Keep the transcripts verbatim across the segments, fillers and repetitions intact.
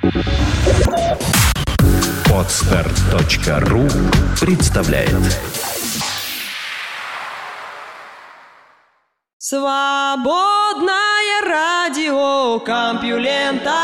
Подстар точка ру представляет. Свободное радио Компьюлента.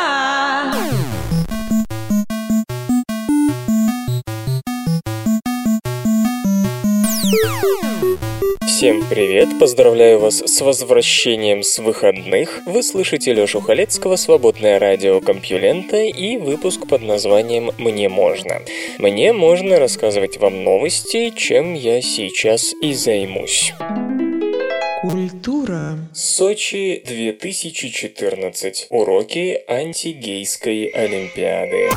Всем привет, поздравляю вас с возвращением с выходных. Вы слышите Лёшу Халецкого, Свободное радио Компьюлента и выпуск под названием «Мне можно». Мне можно рассказывать вам новости, чем я сейчас и займусь. Культура. Сочи две тысячи четырнадцать. Уроки антигейской олимпиады.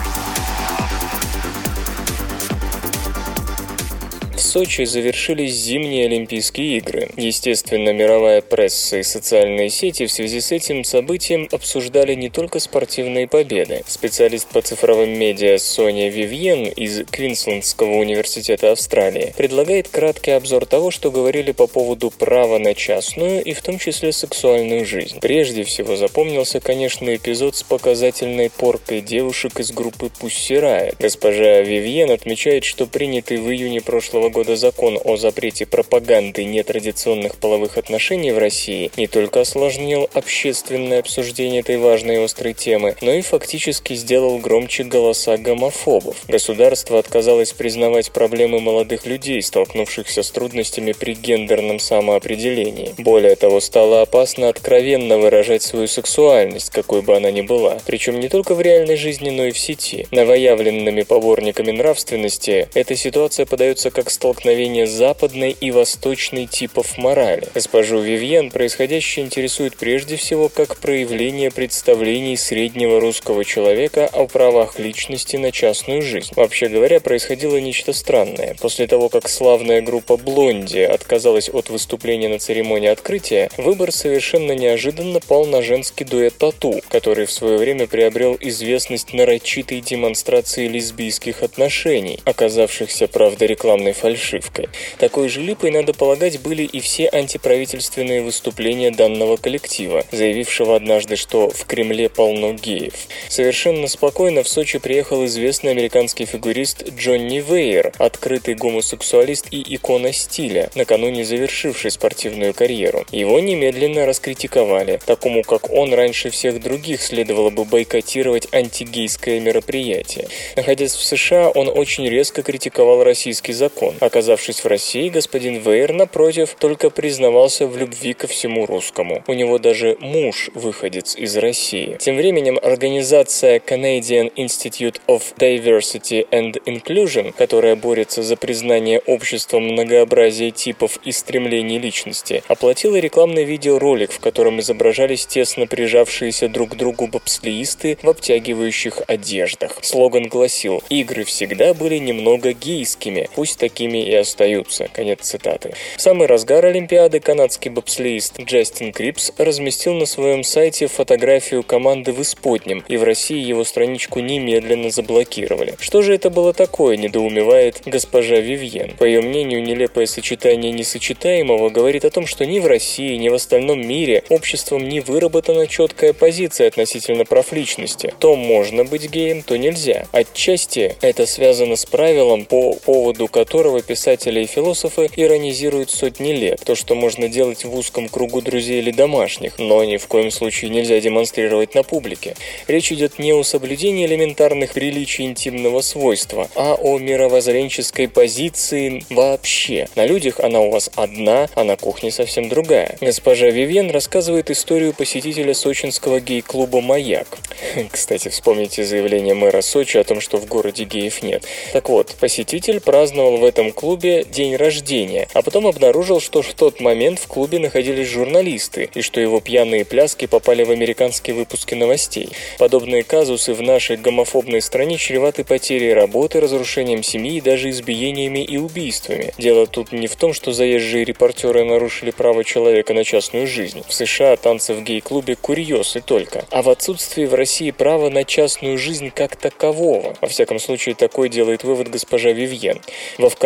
В Сочи завершились зимние Олимпийские игры. Естественно, мировая пресса и социальные сети в связи с этим событием обсуждали не только спортивные победы. Специалист по цифровым медиа Соня Вивьен из Квинслендского университета Австралии предлагает краткий обзор того, что говорили по поводу права на частную и в том числе сексуальную жизнь. Прежде всего запомнился, конечно, эпизод с показательной поркой девушек из группы Pussy Riot. Госпожа Вивьен отмечает, что принятый в июне прошлого года закон о запрете пропаганды нетрадиционных половых отношений в России не только осложнил общественное обсуждение этой важной и острой темы, но и фактически сделал громче голоса гомофобов. Государство отказалось признавать проблемы молодых людей, столкнувшихся с трудностями при гендерном самоопределении. Более того, стало опасно откровенно выражать свою сексуальность, какой бы она ни была, причем не только в реальной жизни, но и в сети. Новоявленными поборниками нравственности эта ситуация подается как столкновение западной и восточной типов морали. Госпожу Вивьен происходящее интересует прежде всего как проявление представлений среднего русского человека о правах личности на частную жизнь. Вообще говоря, происходило нечто странное. После того, как славная группа Блонди отказалась от выступления на церемонии открытия, выбор совершенно неожиданно пал на женский дуэт Тату, который в свое время приобрел известность нарочитой демонстрации лесбийских отношений, оказавшихся, правда, рекламной фальшивкой. Такой же липой, надо полагать, были и все антиправительственные выступления данного коллектива, заявившего однажды, что в Кремле полно геев. Совершенно спокойно в Сочи приехал известный американский фигурист Джонни Вейер, открытый гомосексуалист и икона стиля, накануне завершивший спортивную карьеру. Его немедленно раскритиковали. Такому, как он, раньше всех других следовало бы бойкотировать антигейское мероприятие. Находясь в США, он очень резко критиковал российский закон. Оказавшись в России, господин Вейер, напротив, только признавался в любви ко всему русскому. У него даже муж выходец из России. Тем временем организация Canadian Institute of Diversity and Inclusion, которая борется за признание обществом многообразия типов и стремлений личности, оплатила рекламный видеоролик, в котором изображались тесно прижавшиеся друг к другу бобслеисты в обтягивающих одеждах. Слоган гласил: «Игры всегда были немного гейскими, пусть такими и остаются». Конец цитаты. В самый разгар Олимпиады канадский бобслеист Джастин Крипс разместил на своем сайте фотографию команды в исподнем, и в России его страничку немедленно заблокировали. Что же это было такое, недоумевает госпожа Вивьен. По ее мнению, нелепое сочетание несочетаемого говорит о том, что ни в России, ни в остальном мире обществом не выработана четкая позиция относительно прав личности. То можно быть геем, то нельзя. Отчасти это связано с правилом, по поводу которого писатели и философы иронизируют сотни лет. То, что можно делать в узком кругу друзей или домашних, но ни в коем случае нельзя демонстрировать на публике. Речь идет не о соблюдении элементарных приличий интимного свойства, а о мировоззренческой позиции вообще. На людях она у вас одна, а на кухне совсем другая. Госпожа Вивьен рассказывает историю посетителя сочинского гей-клуба «Маяк». Кстати, вспомните заявление мэра Сочи о том, что в городе геев нет. Так вот, посетитель праздновал в этом клубе день рождения, а потом обнаружил, что в тот момент в клубе находились журналисты, и что его пьяные пляски попали в американские выпуски новостей. Подобные казусы в нашей гомофобной стране чреваты потерей работы, разрушением семьи и даже избиениями и убийствами. Дело тут не в том, что заезжие репортеры нарушили право человека на частную жизнь. В США танцы в гей-клубе курьез и только. А в отсутствии в России права на частную жизнь как такового. Во всяком случае, такой делает вывод госпожа Вивьен. Во ВКонтакте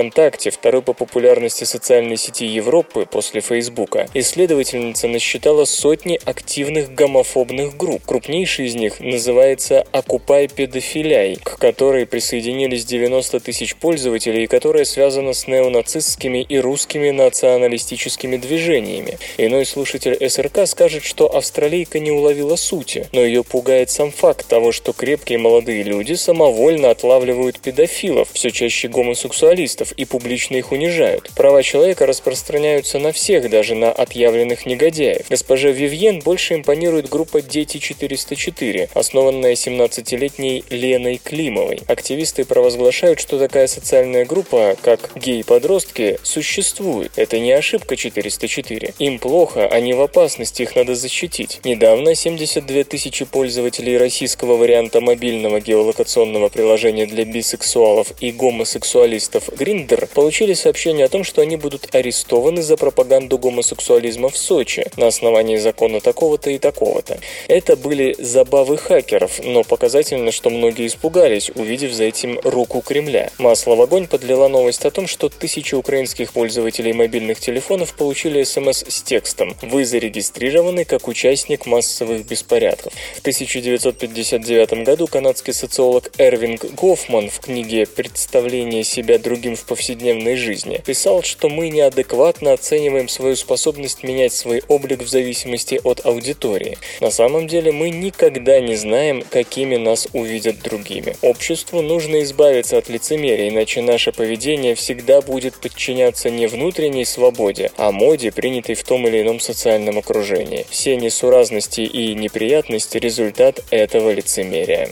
ВКонтакте, второй по популярности социальной сети Европы после Фейсбука, исследовательница насчитала сотни активных гомофобных групп. Крупнейший из них называется «Окупай педофиляй», к которой присоединились девяносто тысяч пользователей и которая связана с неонацистскими и русскими националистическими движениями. Иной слушатель эс эр ка скажет, что австралийка не уловила сути, но ее пугает сам факт того, что крепкие молодые люди самовольно отлавливают педофилов, все чаще гомосексуалистов, и публично их унижают. Права человека распространяются на всех, даже на отъявленных негодяев. Госпоже Вивьен больше импонирует группа «Дети четыреста четыре», основанная семнадцатилетней Леной Климовой. Активисты провозглашают, что такая социальная группа, как гей-подростки, существует. Это не ошибка четыреста четыре. Им плохо, они в опасности, их надо защитить. Недавно семьдесят две тысячи пользователей российского варианта мобильного геолокационного приложения для бисексуалов и гомосексуалистов Grindr получили сообщение о том, что они будут арестованы за пропаганду гомосексуализма в Сочи на основании закона такого-то и такого-то. Это были забавы хакеров, но показательно, что многие испугались, увидев за этим руку Кремля. Масло в огонь подлила новость о том, что тысячи украинских пользователей мобильных телефонов получили смс с текстом: «Вы зарегистрированы как участник массовых беспорядков». В тысяча девятьсот пятьдесят девятом году канадский социолог Эрвинг Гофман в книге «Представление себя другим в повседневной жизни» писал, что мы неадекватно оцениваем свою способность менять свой облик в зависимости от аудитории. На самом деле мы никогда не знаем, какими нас увидят другими. Обществу нужно избавиться от лицемерия, иначе наше поведение всегда будет подчиняться не внутренней свободе, а моде, принятой в том или ином социальном окружении. Все несуразности и неприятности – результат этого лицемерия.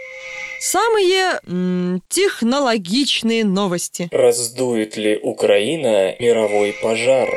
Самые м- технологичные новости. Раздует ли Украина мировой пожар?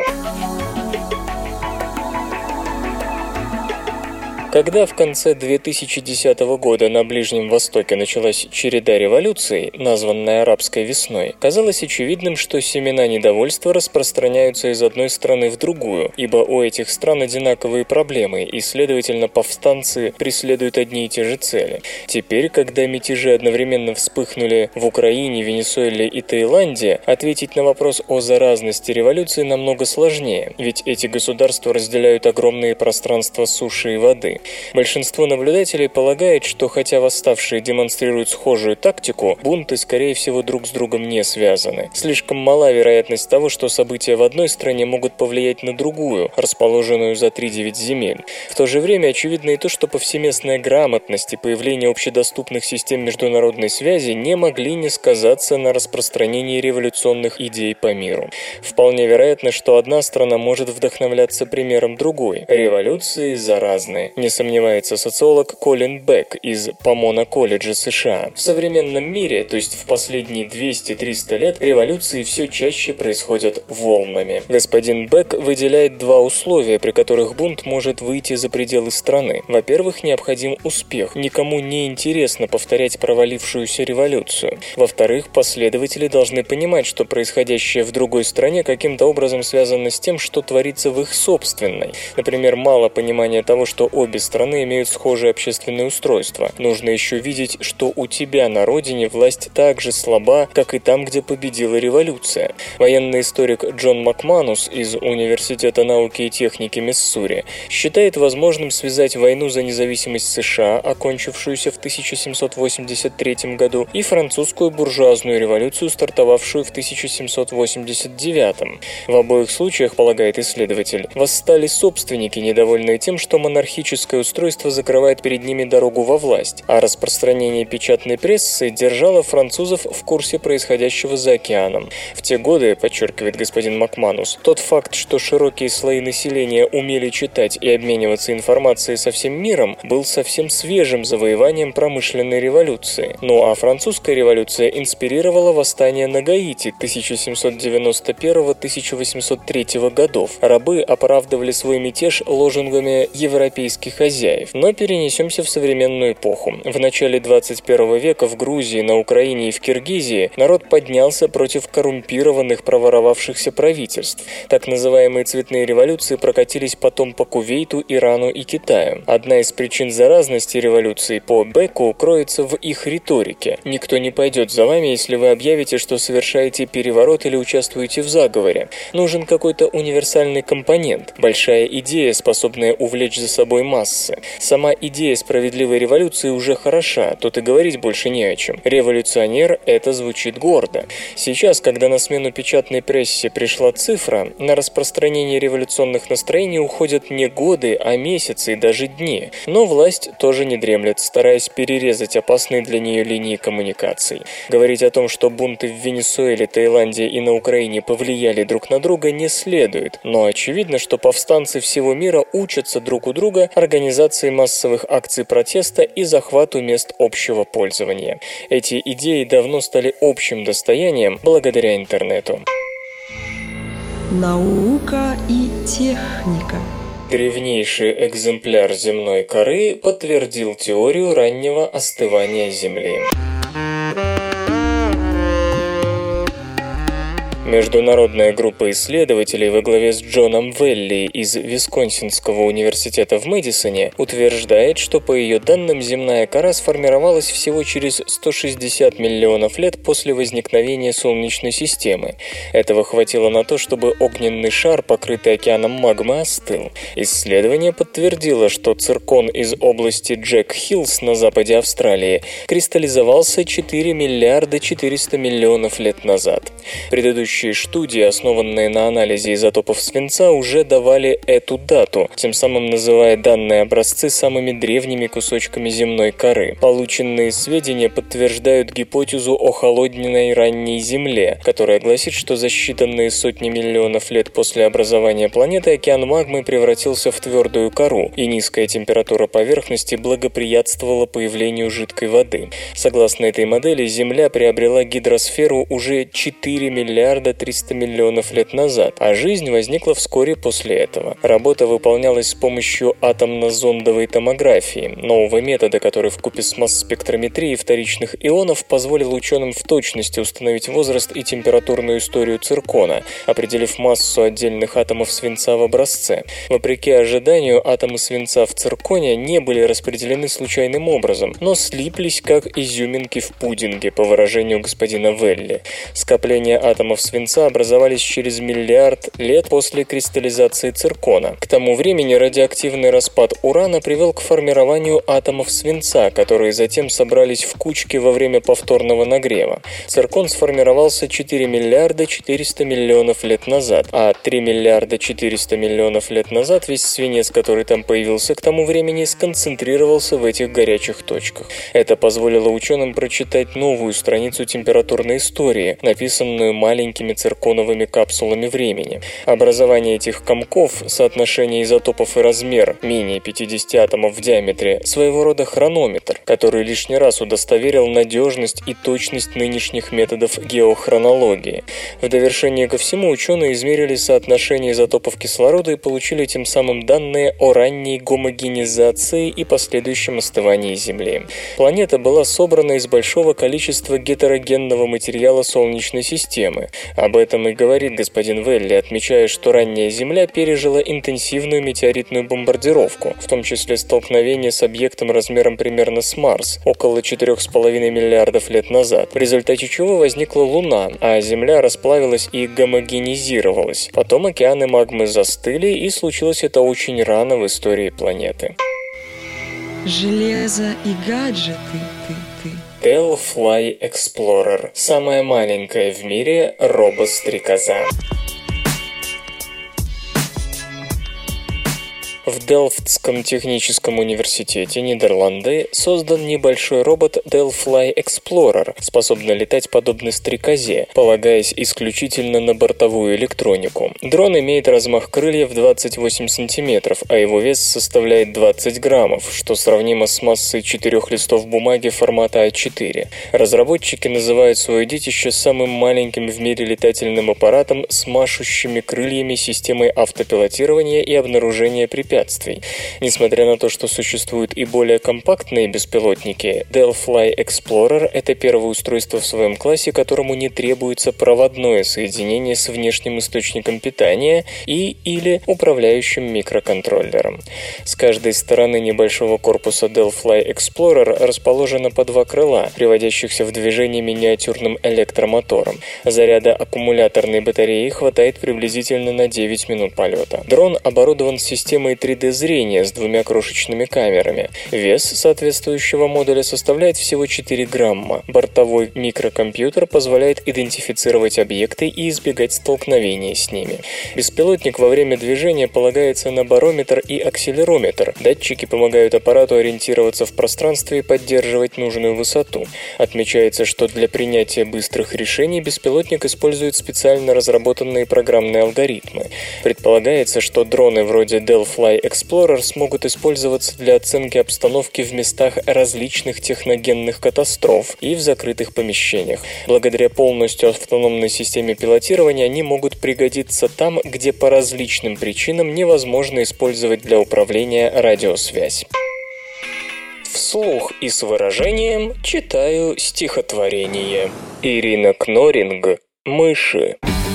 Когда в конце две тысячи десятого года на Ближнем Востоке началась череда революций, названная арабской весной, казалось очевидным, что семена недовольства распространяются из одной страны в другую, ибо у этих стран одинаковые проблемы, и, следовательно, повстанцы преследуют одни и те же цели. Теперь, когда мятежи одновременно вспыхнули в Украине, Венесуэле и Таиланде, ответить на вопрос о заразности революции намного сложнее, ведь эти государства разделяют огромные пространства суши и воды. Большинство наблюдателей полагает, что хотя восставшие демонстрируют схожую тактику, бунты, скорее всего, друг с другом не связаны. Слишком мала вероятность того, что события в одной стране могут повлиять на другую, расположенную за три-девять земель. В то же время очевидно и то, что повсеместная грамотность и появление общедоступных систем международной связи не могли не сказаться на распространении революционных идей по миру. Вполне вероятно, что одна страна может вдохновляться примером другой. Революции заразны. Не сомневается социолог Колин Бек из Помона колледжа США. В современном мире, то есть в последние двести-триста лет, революции все чаще происходят волнами. Господин Бек выделяет два условия, при которых бунт может выйти за пределы страны. Во-первых, необходим успех. Никому не интересно повторять провалившуюся революцию. Во-вторых, последователи должны понимать, что происходящее в другой стране каким-то образом связано с тем, что творится в их собственной. Например, мало понимания того, что обе страны имеют схожее общественное устройство. Нужно еще видеть, что у тебя на родине власть так же слаба, как и там, где победила революция. Военный историк Джон Макманус из Университета науки и техники Миссури считает возможным связать войну за независимость США, окончившуюся в тысяча семьсот восемьдесят третьем году, и французскую буржуазную революцию, стартовавшую в тысяча семьсот восемьдесят девятом. В обоих случаях, полагает исследователь, восстали собственники, недовольные тем, что монархическое устройство закрывает перед ними дорогу во власть, а распространение печатной прессы держало французов в курсе происходящего за океаном. В те годы, подчеркивает господин Макманус, тот факт, что широкие слои населения умели читать и обмениваться информацией со всем миром, был совсем свежим завоеванием промышленной революции. Ну а французская революция инспирировала восстание на Гаити тысяча семьсот девяносто первого — тысяча восемьсот третьего годов. Рабы оправдывали свой мятеж лозунгами европейских хозяев. Но перенесемся в современную эпоху. В начале двадцать первого века в Грузии, на Украине и в Киргизии народ поднялся против коррумпированных, проворовавшихся правительств. Так называемые цветные революции прокатились потом по Кувейту, Ирану и Китаю. Одна из причин заразности революции по Беку кроется в их риторике. Никто не пойдет за вами, если вы объявите, что совершаете переворот или участвуете в заговоре. Нужен какой-то универсальный компонент, большая идея, способная увлечь за собой массы. Сама идея справедливой революции уже хороша, тут и говорить больше не о чем. Революционер – это звучит гордо. Сейчас, когда на смену печатной прессе пришла цифра, на распространение революционных настроений уходят не годы, а месяцы и даже дни. Но власть тоже не дремлет, стараясь перерезать опасные для нее линии коммуникаций. Говорить о том, что бунты в Венесуэле, Таиланде и на Украине повлияли друг на друга, не следует. Но очевидно, что повстанцы всего мира учатся друг у друга организации массовых акций протеста и захвату мест общего пользования. Эти идеи давно стали общим достоянием благодаря интернету. Наука и техника. Древнейший экземпляр земной коры подтвердил теорию раннего остывания Земли. Международная группа исследователей во главе с Джоном Велли из Висконсинского университета в Мэдисоне утверждает, что по ее данным земная кора сформировалась всего через сто шестьдесят миллионов лет после возникновения Солнечной системы. Этого хватило на то, чтобы огненный шар, покрытый океаном магмы, остыл. Исследование подтвердило, что циркон из области Джек-Хиллс на западе Австралии кристаллизовался четыре миллиарда четыреста миллионов лет назад. Предыдущие студии, основанные на анализе изотопов свинца, уже давали эту дату, тем самым называя данные образцы самыми древними кусочками земной коры. Полученные сведения подтверждают гипотезу о холодной ранней Земле, которая гласит, что за считанные сотни миллионов лет после образования планеты океан магмы превратился в твердую кору, и низкая температура поверхности благоприятствовала появлению жидкой воды. Согласно этой модели, Земля приобрела гидросферу уже четыре миллиарда триста миллионов лет назад, а жизнь возникла вскоре после этого. Работа выполнялась с помощью атомно-зондовой томографии, нового метода, который вкупе с масс-спектрометрией вторичных ионов позволил ученым в точности установить возраст и температурную историю циркона, определив массу отдельных атомов свинца в образце. Вопреки ожиданию, атомы свинца в цирконе не были распределены случайным образом, но слиплись как изюминки в пудинге, по выражению господина Велли. Скопления атомов свинца образовались через миллиард лет после кристаллизации циркона. К тому времени радиоактивный распад урана привел к формированию атомов свинца, которые затем собрались в кучки во время повторного нагрева. Циркон сформировался четыре миллиарда четыреста миллионов лет назад, а три миллиарда четыреста миллионов лет назад весь свинец, который там появился к тому времени, сконцентрировался в этих горячих точках. Это позволило ученым прочитать новую страницу температурной истории, написанную маленькими цирконовыми капсулами времени. Образование этих комков, соотношение изотопов и размер менее пятидесяти атомов в диаметре, своего рода хронометр, который лишний раз удостоверил надежность и точность нынешних методов геохронологии. В довершение ко всему ученые измерили соотношение изотопов кислорода и получили тем самым данные о ранней гомогенизации и последующем остывании Земли. Планета была собрана из большого количества гетерогенного материала Солнечной системы. Об этом и говорит господин Велли, отмечая, что ранняя Земля пережила интенсивную метеоритную бомбардировку, в том числе столкновение с объектом размером примерно с Марс, около четырех с половиной миллиардов лет назад, в результате чего возникла Луна, а Земля расплавилась и гомогенизировалась. Потом океаны магмы застыли, и случилось это очень рано в истории планеты. Железо и гаджеты, ты, ты. Delphi Explorer – самая маленькая в мире робострекоза. В Делфтском техническом университете Нидерланды создан небольшой робот Delphi Explorer, способный летать подобно стрекозе, полагаясь исключительно на бортовую электронику. Дрон имеет размах крыльев двадцать восемь сантиметров, а его вес составляет двадцать граммов, что сравнимо с массой четырех листов бумаги формата а четыре. Разработчики называют свое детище самым маленьким в мире летательным аппаратом с машущими крыльями, системой автопилотирования и обнаружения препятствий. препятствий. Несмотря на то, что существуют и более компактные беспилотники, Delphi Explorer — это первое устройство в своем классе, которому не требуется проводное соединение с внешним источником питания и или управляющим микроконтроллером. С каждой стороны небольшого корпуса Delphi Explorer расположено по два крыла, приводящихся в движение миниатюрным электромотором. Заряда аккумуляторной батареи хватает приблизительно на девять минут полета. Дрон оборудован системой три дэ зрения с двумя крошечными камерами. Вес соответствующего модуля составляет всего четыре грамма. Бортовой микрокомпьютер позволяет идентифицировать объекты и избегать столкновения с ними. Беспилотник во время движения полагается на барометр и акселерометр. Датчики помогают аппарату ориентироваться в пространстве и поддерживать нужную высоту. Отмечается, что для принятия быстрых решений беспилотник использует специально разработанные программные алгоритмы. Предполагается, что дроны вроде Delphi Explorer смогут использоваться для оценки обстановки в местах различных техногенных катастроф и в закрытых помещениях. Благодаря полностью автономной системе пилотирования они могут пригодиться там, где по различным причинам невозможно использовать для управления радиосвязь. Вслух и с выражением читаю стихотворение. Ирина Кноринг. Мыши.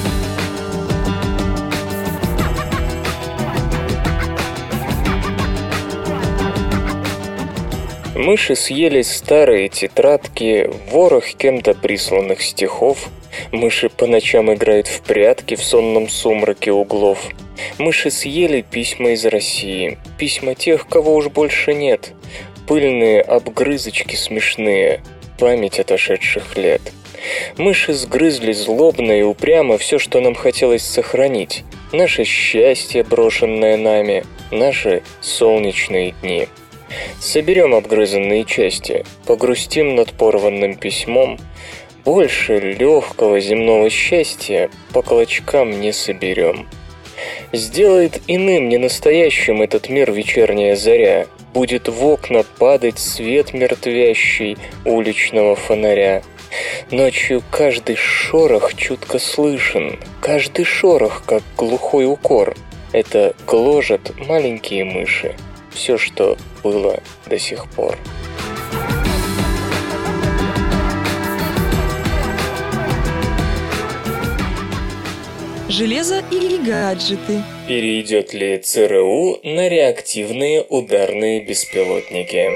Мыши съели старые тетрадки, ворох кем-то присланных стихов. Мыши по ночам играют в прятки в сонном сумраке углов. Мыши съели письма из России, письма тех, кого уж больше нет. Пыльные обгрызочки смешные, память отошедших лет. Мыши сгрызли злобно и упрямо все, что нам хотелось сохранить. Наше счастье, брошенное нами, наши солнечные дни. Соберем обгрызанные части, погрустим над порванным письмом. Больше легкого земного счастья по клочкам не соберем. Сделает иным, ненастоящим этот мир вечерняя заря. Будет в окна падать свет мертвящий уличного фонаря. Ночью каждый шорох чутко слышен, каждый шорох, как глухой укор. Это гложат маленькие мыши. Все, что было до сих пор. Железо или гаджеты? Перейдет ли ЦРУ на реактивные ударные беспилотники?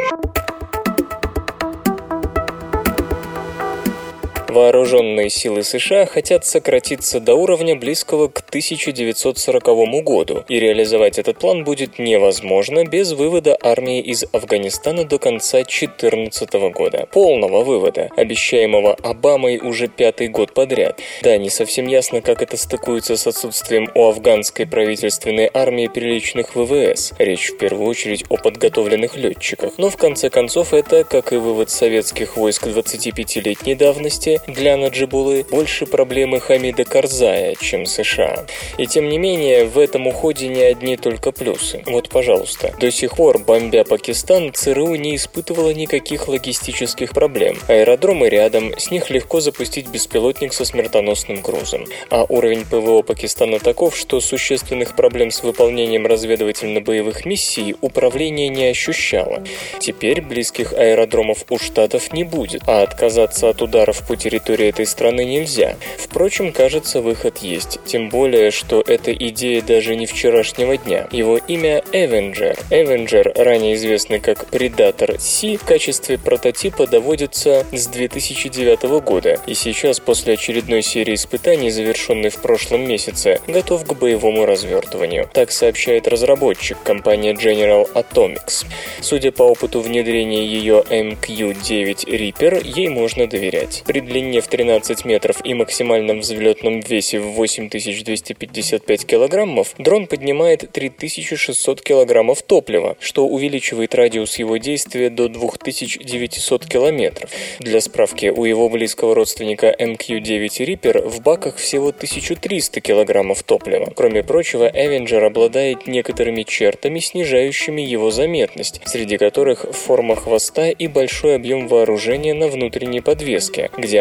Вооруженные силы США хотят сократиться до уровня близкого к тысяча девятьсот сороковому году, и реализовать этот план будет невозможно без вывода армии из Афганистана до конца две тысячи четырнадцатого года. Полного вывода, обещаемого Обамой уже пятый год подряд. Да, не совсем ясно, как это стыкуется с отсутствием у афганской правительственной армии приличных вэ вэ эс. Речь в первую очередь о подготовленных летчиках. Но в конце концов это, как и вывод советских войск двадцатипятилетней давности, для Наджибуллы больше проблемы Хамида Карзая, чем США. И тем не менее, в этом уходе не одни только плюсы. Вот, пожалуйста, до сих пор, бомбя Пакистан, ЦРУ не испытывала никаких логистических проблем. Аэродромы рядом, с них легко запустить беспилотник со смертоносным грузом. А уровень ПВО Пакистана таков, что существенных проблем с выполнением разведывательно-боевых миссий управление не ощущало. Теперь близких аэродромов у Штатов не будет, а отказаться от ударов по территории этой страны нельзя. Впрочем, кажется, выход есть. Тем более, что эта идея даже не вчерашнего дня. Его имя Avenger. Avenger, ранее известный как Predator Си, в качестве прототипа доводится с две тысячи девятого года, и сейчас, после очередной серии испытаний, завершенной в прошлом месяце, готов к боевому развертыванию. Так сообщает разработчик, компания General Atomics. Судя по опыту внедрения ее эм кью девять Reaper, ей можно доверять. При длине в тринадцать метров и максимальном взлетном весе в восемь тысяч двести пятьдесят пять килограммов дрон поднимает три тысячи шестьсот килограммов топлива, что увеличивает радиус его действия до две тысячи девятьсот километров. Для справки, у его близкого родственника эм кью девять Reaper в баках всего тысяча триста килограммов топлива. Кроме прочего, Avenger обладает некоторыми чертами, снижающими его заметность, среди которых форма хвоста и большой объем вооружения на внутренней подвеске, где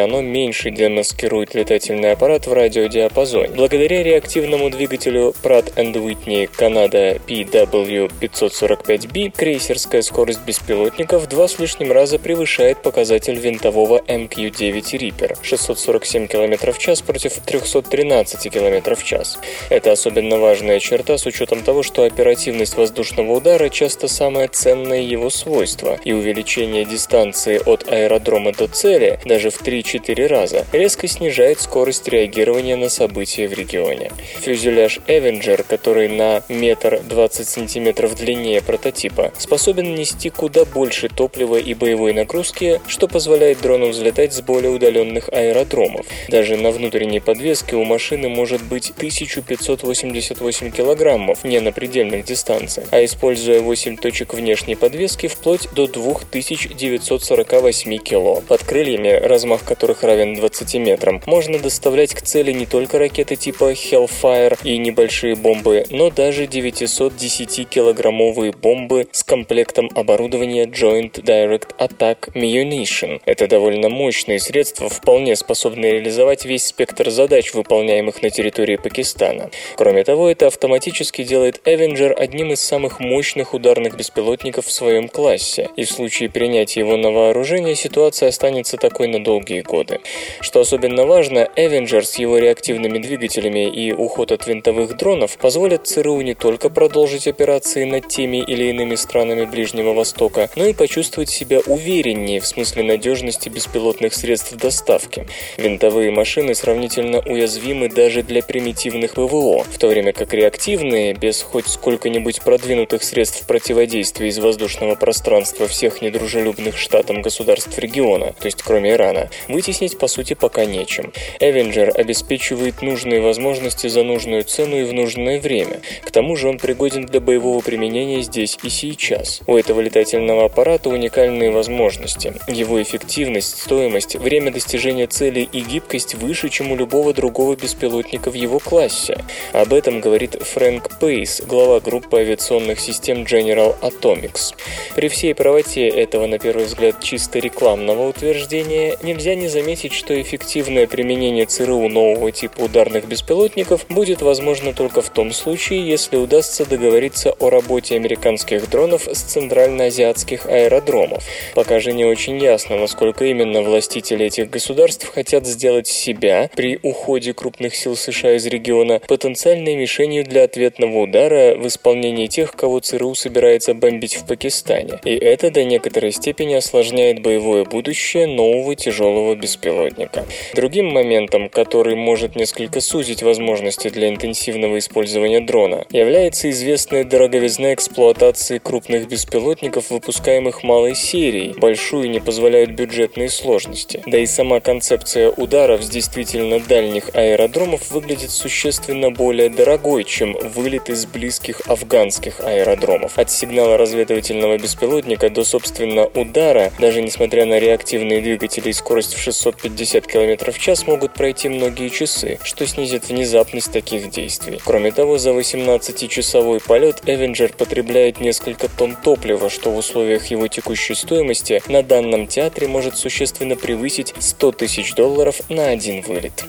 оно меньше демаскирует летательный аппарат в радиодиапазоне. Благодаря реактивному двигателю Pratt энд Whitney Canada пи дабл ю пятьсот сорок пять би крейсерская скорость беспилотника в два с лишним раза превышает показатель винтового эм кью девять Reaper – шестьсот сорок семь километров в час против триста тринадцать километров в час. Это особенно важная черта с учетом того, что оперативность воздушного удара часто самое ценное его свойство, и увеличение дистанции от аэродрома до цели даже в три-четыре раза резко снижает скорость реагирования на события в регионе. Фюзеляж Avenger, который на метр двадцать сантиметров длиннее прототипа, способен нести куда больше топлива и боевой нагрузки, что позволяет дрону взлетать с более удаленных аэродромов. Даже на внутренней подвеске у машины может быть тысяча пятьсот восемьдесят восемь килограммов не на предельных дистанциях, а используя восемь точек внешней подвески вплоть до две тысячи девятьсот сорок восемь кило. Под крыльями, размах которых равен двадцати метрам, можно доставлять к цели не только ракеты типа Hellfire и небольшие бомбы, но даже девятьсот десять килограммовые бомбы с комплектом оборудования Joint Direct Attack Munition. Это довольно мощные средства, вполне способные реализовать весь спектр задач, выполняемых на территории Пакистана. Кроме того, это автоматически делает Avenger одним из самых мощных ударных беспилотников в своем классе, и в случае принятия его на вооружение ситуация останется такой на долгие годы. Что особенно важно, Avenger с его реактивными двигателями и уход от винтовых дронов позволят ЦРУ не только продолжить операции над теми или иными странами Ближнего Востока, но и почувствовать себя увереннее в смысле надежности беспилотных средств доставки. Винтовые машины сравнительно уязвимы даже для примитивных ПВО, в то время как реактивные, без хоть сколько-нибудь продвинутых средств противодействия из воздушного пространства всех недружелюбных штатам государств региона, то есть кроме Ирана, вытеснить по сути пока нечем. Avenger обеспечивает нужные возможности за нужную цену и в нужное время. К тому же он пригоден для боевого применения здесь и сейчас. У этого летательного аппарата уникальные возможности. Его эффективность, стоимость, время достижения цели и гибкость выше, чем у любого другого беспилотника в его классе. Об этом говорит Фрэнк Пейс, глава группы авиационных систем General Atomics. При всей правоте этого, на первый взгляд, чисто рекламного утверждения, нельзя не заметить, что эффективное применение ЦРУ нового типа ударных беспилотников будет возможно только в том случае, если удастся договориться о работе американских дронов с центральноазиатских аэродромов. Пока же не очень ясно, насколько именно властители этих государств хотят сделать себя при уходе крупных сил США из региона потенциальной мишенью для ответного удара в исполнении тех, кого ЦРУ собирается бомбить в Пакистане. И это до некоторой степени осложняет боевое будущее нового тяжелого беспилотника. Другим моментом, который может несколько сузить возможности для интенсивного использования дрона, является известная дороговизна эксплуатации крупных беспилотников, выпускаемых малой серией. Большую не позволяют бюджетные сложности. Да и сама концепция ударов с действительно дальних аэродромов выглядит существенно более дорогой, чем вылет из близких афганских аэродромов. От сигнала разведывательного беспилотника до, собственно, удара, даже несмотря на реактивные двигатели и скорость в шестьсот пятьдесят километров в час, могут пройти многие часы, что снизит внезапность таких действий. Кроме того, за восемнадцатичасовой полет Avenger потребляет несколько тонн топлива, что в условиях его текущей стоимости на данном театре может существенно превысить сто тысяч долларов на один вылет.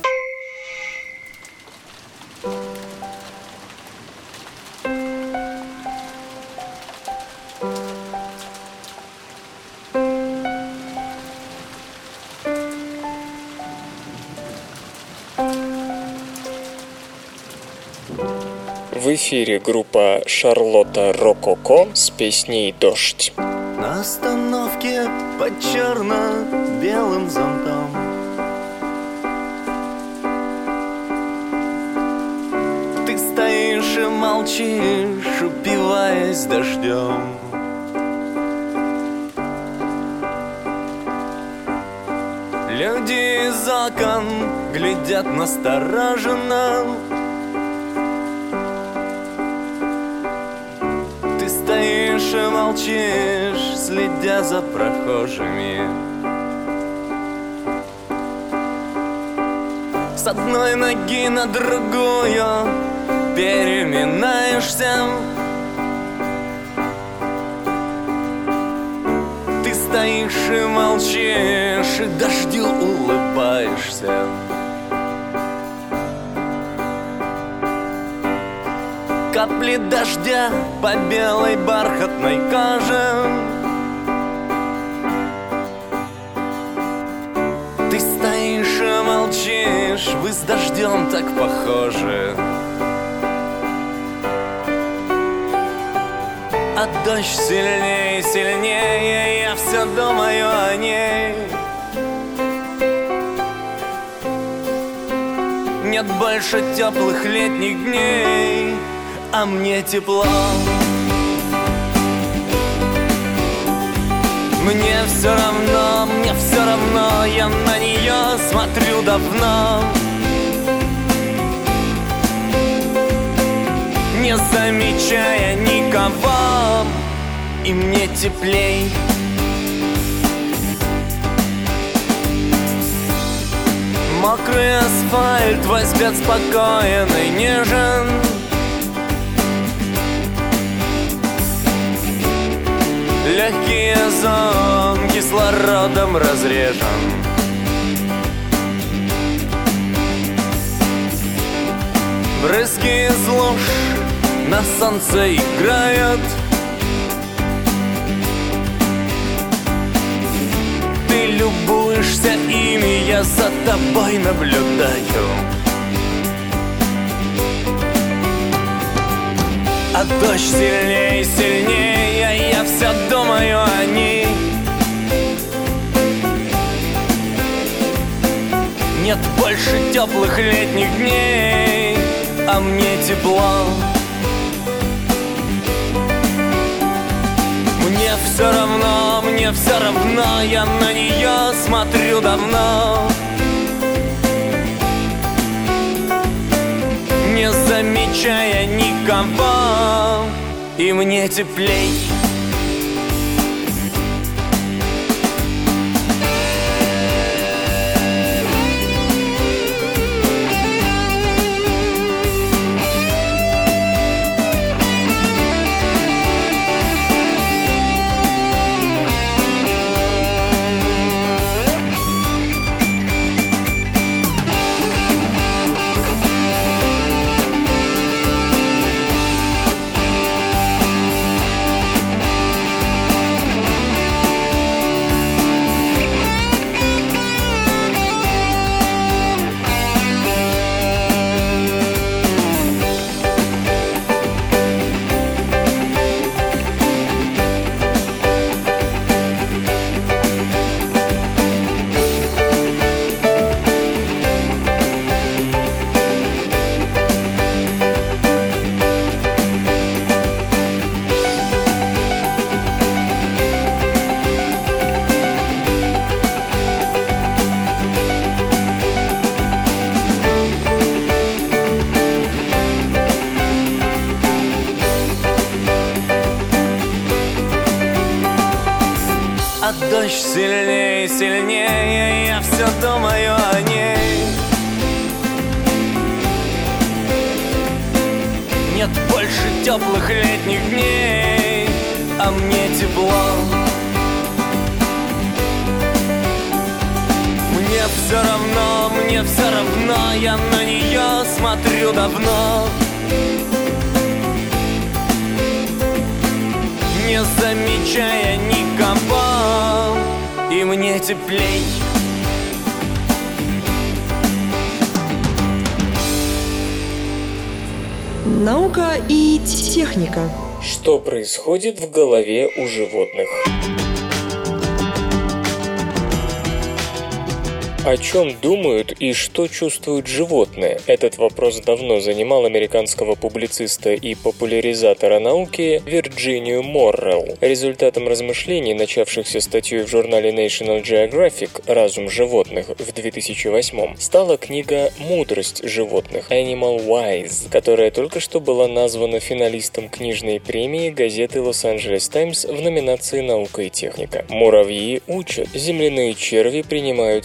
В эфире группа Шарлотта Рококо с песней «Дождь». На остановке под черно-белым зонтом ты стоишь и молчишь, упиваясь дождем. Люди из окон глядят настороженно. Стоишь и молчишь, следя за прохожими. С одной ноги на другую переминаешься. Ты стоишь и молчишь, и дождю улыбаешься. совсем. Капли дождя по белой бархатной коже. Ты стоишь и молчишь, вы с дождем так похожи. А дождь сильнее, сильнее, я все думаю о ней. Нет больше теплых летних дней, а мне тепло. Мне все равно, мне все равно, я на нее смотрю давно, не замечая никого, и мне теплей. Мокрый асфальт, твой свет спокоен и нежен. Легкий озон кислородом разрежен. Брызги из луж на солнце играют. Ты любуешься ими, я за тобой наблюдаю. А дождь сильнее, сильнее, я все думаю о ней. Нет больше теплых летних дней, а мне тепло. Мне все равно, мне все равно, я на нее смотрю давно, не замечая никого, и мне теплей. А дождь сильнее, сильнее, я все думаю о ней. Нет больше теплых летних дней, а мне тепло. Мне все равно, мне все равно, я на нее смотрю давно, не замечая никого, и мне теплей. Наука и техника. Что происходит в голове у животных? О чем думают и что чувствуют животные? Этот вопрос давно занимал американского публициста и популяризатора науки Вирджинию Моррелл. Результатом размышлений, начавшихся статьей в журнале National Geographic «Разум животных» в две тысячи восьмом, стала книга «Мудрость животных» Animal Wise, которая только что была названа финалистом книжной премии газеты Los-Angeles Times в номинации «Наука и техника». Муравьи учат, земляные черви принимают решения,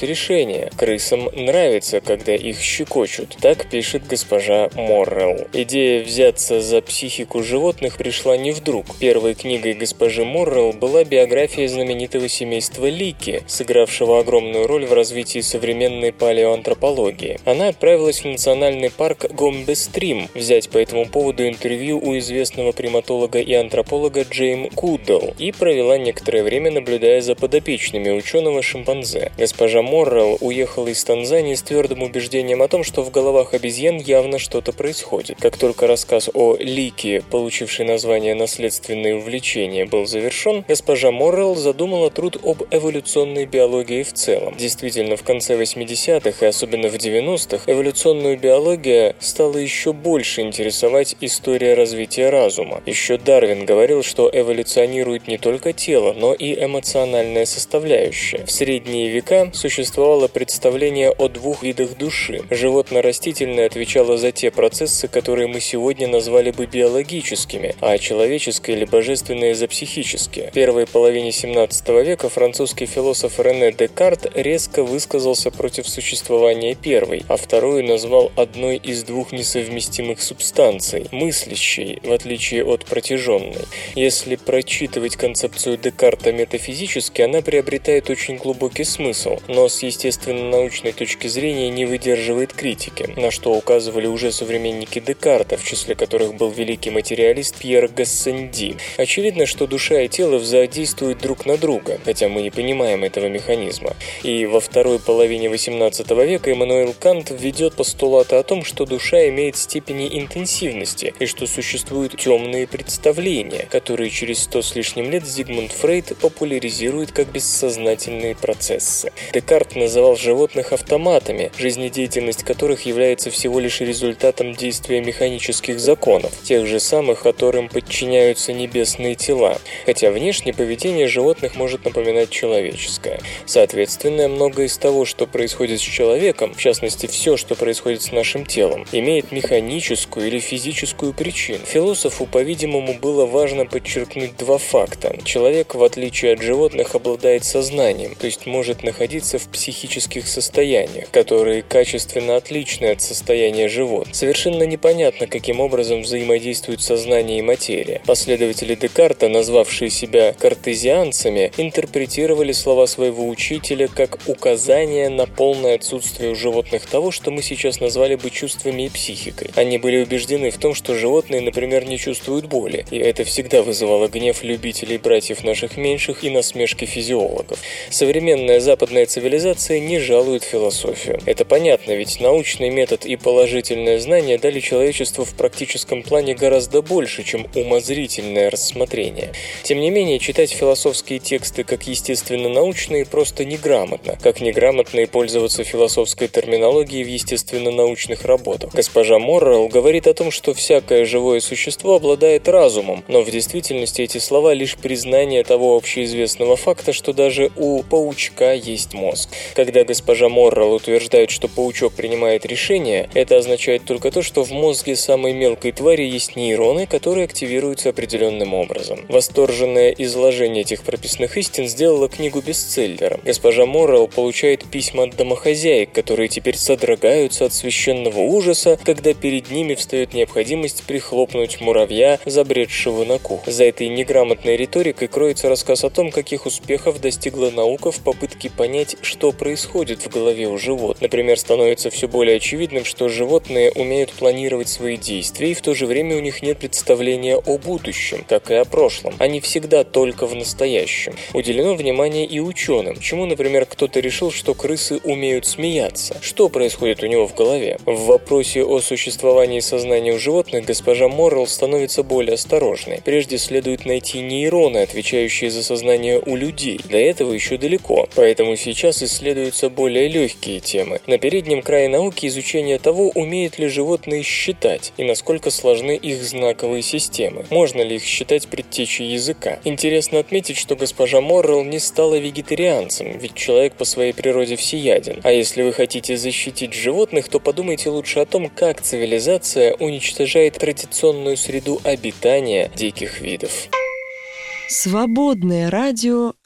отношения. Крысам нравится, когда их щекочут. Так пишет госпожа Моррелл. Идея взяться за психику животных пришла не вдруг. Первой книгой госпожи Моррелл была биография знаменитого семейства Лики, сыгравшего огромную роль в развитии современной палеоантропологии. Она отправилась в национальный парк Гомбе-Стрим взять по этому поводу интервью у известного приматолога и антрополога Джейм Куддл и провела некоторое время, наблюдая за подопечными ученого шимпанзе. Госпожа Моррелл уехала из Танзании с твердым убеждением о том, что в головах обезьян явно что-то происходит. Как только рассказ о Лике, получивший название «Наследственные увлечения», был завершен, госпожа Моррелл задумала труд об эволюционной биологии в целом. Действительно, в конце восьмидесятых и особенно в девяностых эволюционную биологию стала еще больше интересовать история развития разума. Еще Дарвин говорил, что эволюционирует не только тело, но и эмоциональная составляющая. В средние века существовало представление о двух видах души. Животно-растительное отвечало за те процессы, которые мы сегодня назвали бы биологическими, а человеческое или божественное за психические. В первой половине семнадцатого века французский философ Рене Декарт резко высказался против существования первой, а вторую назвал одной из двух несовместимых субстанций – мыслящей, в отличие от протяженной. Если прочитывать концепцию Декарта метафизически, она приобретает очень глубокий смысл, но с естественно-научной точки зрения не выдерживает критики, на что указывали уже современники Декарта, в числе которых был великий материалист Пьер Гассенди. Очевидно, что душа и тело взаимодействуют друг на друга, хотя мы не понимаем этого механизма. И во второй половине восемнадцатого века Иммануил Кант введет постулаты о том, что душа имеет степени интенсивности и что существуют темные представления, которые через сто с лишним лет Зигмунд Фрейд популяризирует как бессознательные процессы. Декарт называл животных автоматами, жизнедеятельность которых является всего лишь результатом действия механических законов, тех же самых, которым подчиняются небесные тела, хотя внешне поведение животных может напоминать человеческое. Соответственно, многое из того, что происходит с человеком, в частности все, что происходит с нашим телом, имеет механическую или физическую причину. Философу, по-видимому, было важно подчеркнуть два факта. Человек, в отличие от животных, обладает сознанием, то есть может находиться в психических состояниях, которые качественно отличны от состояния животных. Совершенно непонятно, каким образом взаимодействуют сознание и материя. Последователи Декарта, назвавшие себя картезианцами, интерпретировали слова своего учителя как указание на полное отсутствие у животных того, что мы сейчас назвали бы чувствами и психикой. Они были убеждены в том, что животные, например, не чувствуют боли, и это всегда вызывало гнев любителей братьев наших меньших и насмешки физиологов. Современная западная цивилизация не жалует философию. Это понятно, ведь научный метод и положительное знание дали человечеству в практическом плане гораздо больше, чем умозрительное рассмотрение. Тем не менее, читать философские тексты как естественно-научные просто неграмотно, как неграмотно и пользоваться философской терминологией в естественно-научных работах. Госпожа Моррелл говорит о том, что всякое живое существо обладает разумом, но в действительности эти слова лишь признание того общеизвестного факта, что даже у паучка есть мозг. Когда госпожа Моррелл утверждает, что паучок принимает решения, это означает только то, что в мозге самой мелкой твари есть нейроны, которые активируются определенным образом. Восторженное изложение этих прописных истин сделало книгу бестселлером. Госпожа Моррелл получает письма от домохозяек, которые теперь содрогаются от священного ужаса, когда перед ними встает необходимость прихлопнуть муравья, забредшего на кухню. За этой неграмотной риторикой кроется рассказ о том, каких успехов достигла наука в попытке понять, что происходит в голове у животных. Например, становится все более очевидным, что животные умеют планировать свои действия, и в то же время у них нет представления о будущем, как и о прошлом. Они всегда только в настоящем. Уделено внимание и ученым. Почему, например, кто-то решил, что крысы умеют смеяться? Что происходит у него в голове? В вопросе о существовании сознания у животных госпожа Моррелл становится более осторожной. Прежде следует найти нейроны, отвечающие за сознание у людей. До этого еще далеко, поэтому сейчас исследуются более легкие темы. На переднем крае науки изучение того, умеют ли животные считать и насколько сложны их знаковые системы. Можно ли их считать предтечей языка? Интересно отметить, что госпожа Моррелл не стала вегетарианцем, ведь человек по своей природе всеяден. А если вы хотите защитить животных, то подумайте лучше о том, как цивилизация уничтожает традиционную среду обитания диких видов. Свободное радио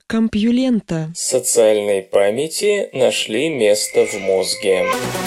Компьюлента. Социальной памяти нашли место в мозге.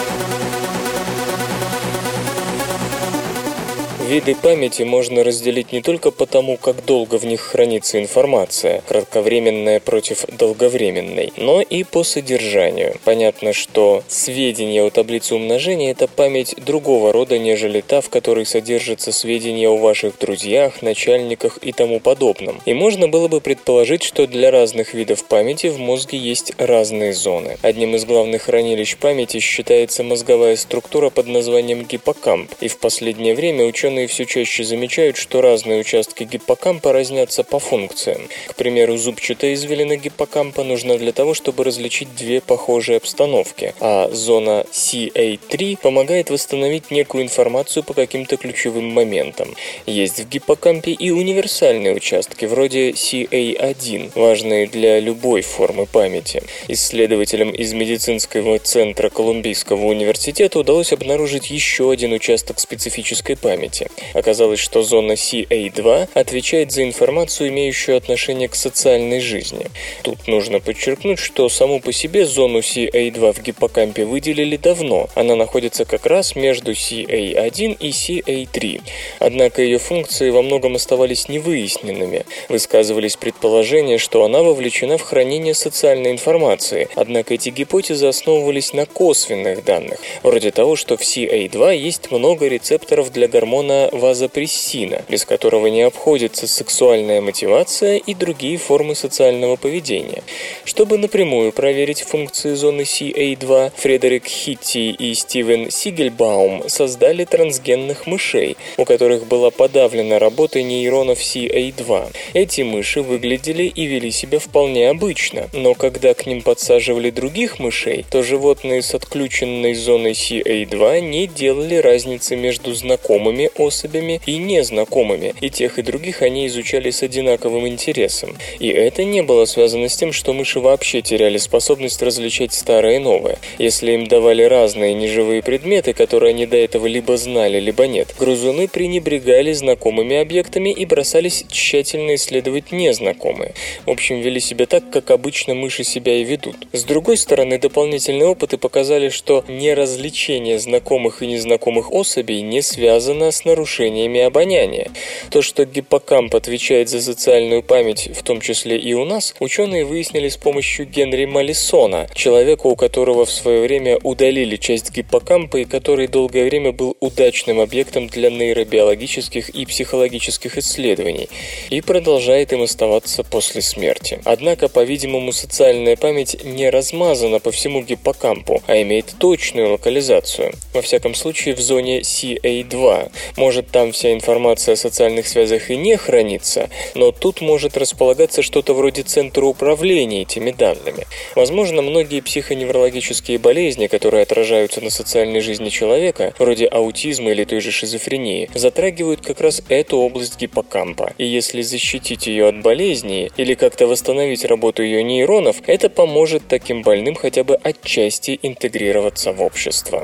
Виды памяти можно разделить не только по тому, как долго в них хранится информация, кратковременная против долговременной, но и по содержанию. Понятно, что сведения о таблице умножения – это память другого рода, нежели та, в которой содержатся сведения о ваших друзьях, начальниках и тому подобном. И можно было бы предположить, что для разных видов памяти в мозге есть разные зоны. Одним из главных хранилищ памяти считается мозговая структура под названием гиппокамп, и в последнее время ученые все чаще замечают, что разные участки гиппокампа разнятся по функциям. К примеру, зубчатая извилина гиппокампа нужна для того, чтобы различить две похожие обстановки, а зона си эй три помогает восстановить некую информацию по каким-то ключевым моментам. Есть в гиппокампе и универсальные участки, вроде си эй один, важные для любой формы памяти. Исследователям из медицинского центра Колумбийского университета удалось обнаружить еще один участок специфической памяти. Оказалось, что зона си эй два отвечает за информацию, имеющую отношение к социальной жизни. Тут нужно подчеркнуть, что саму по себе зону си эй два в гиппокампе выделили давно. Она находится как раз между си эй один и си эй три. Однако ее функции во многом оставались невыясненными. Высказывались предположения, что она вовлечена в хранение социальной информации, однако эти гипотезы основывались на косвенных данных, вроде того, что в си эй два есть много рецепторов для гормона вазопрессина, без которого не обходится сексуальная мотивация и другие формы социального поведения. Чтобы напрямую проверить функции зоны си эй два, Фредерик Хитти и Стивен Сигельбаум создали трансгенных мышей, у которых была подавлена работа нейронов си эй два. Эти мыши выглядели и вели себя вполне обычно, но когда к ним подсаживали других мышей, то животные с отключенной зоной си эй два не делали разницы между знакомыми особями и незнакомыми, и тех и других они изучали с одинаковым интересом. И это не было связано с тем, что мыши вообще теряли способность различать старое и новое. Если им давали разные неживые предметы, которые они до этого либо знали, либо нет, грызуны пренебрегали знакомыми объектами и бросались тщательно исследовать незнакомые. В общем, вели себя так, как обычно мыши себя и ведут. С другой стороны, дополнительные опыты показали, что неразличение знакомых и незнакомых особей не связано с нарушениями обоняния. То, что гиппокамп отвечает за социальную память, в том числе и у нас, ученые выяснили с помощью Генри Маллисона, человека, у которого в свое время удалили часть гиппокампа и который долгое время был удачным объектом для нейробиологических и психологических исследований, и продолжает им оставаться после смерти. Однако, по-видимому, социальная память не размазана по всему гиппокампу, а имеет точную локализацию. Во всяком случае, в зоне си эй два. Может, там вся информация о социальных связях и не хранится, но тут может располагаться что-то вроде центра управления этими данными. Возможно, многие психоневрологические болезни, которые отражаются на социальной жизни человека, вроде аутизма или той же шизофрении, затрагивают как раз эту область гиппокампа. И если защитить ее от болезни или как-то восстановить работу ее нейронов, это поможет таким больным хотя бы отчасти интегрироваться в общество.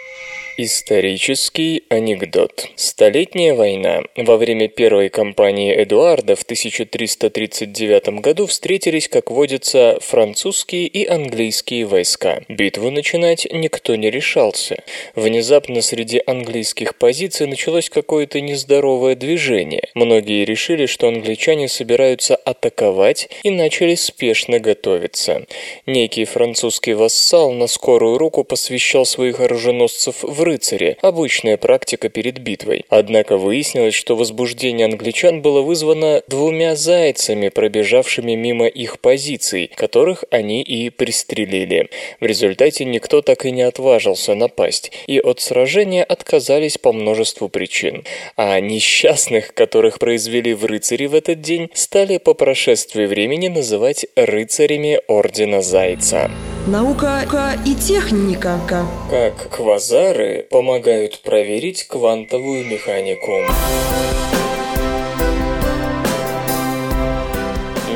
Исторический анекдот. Столетняя война. Во время первой кампании Эдуарда в тысяча триста тридцать девятом году встретились, как водится, французские и английские войска. Битву начинать никто не решался. Внезапно среди английских позиций началось какое-то нездоровое движение. Многие решили, что англичане собираются атаковать, и начали спешно готовиться. Некий французский вассал на скорую руку посвящал своих оруженосцев в рыцари, обычная практика перед битвой. Однако выяснилось, что возбуждение англичан было вызвано двумя зайцами, пробежавшими мимо их позиций, которых они и пристрелили. В результате никто так и не отважился напасть, и от сражения отказались по множеству причин. А несчастных, которых произвели в рыцари в этот день, стали по прошествии времени называть рыцарями Ордена Зайца. Наука и техника. Как квазары помогают проверить квантовую механику.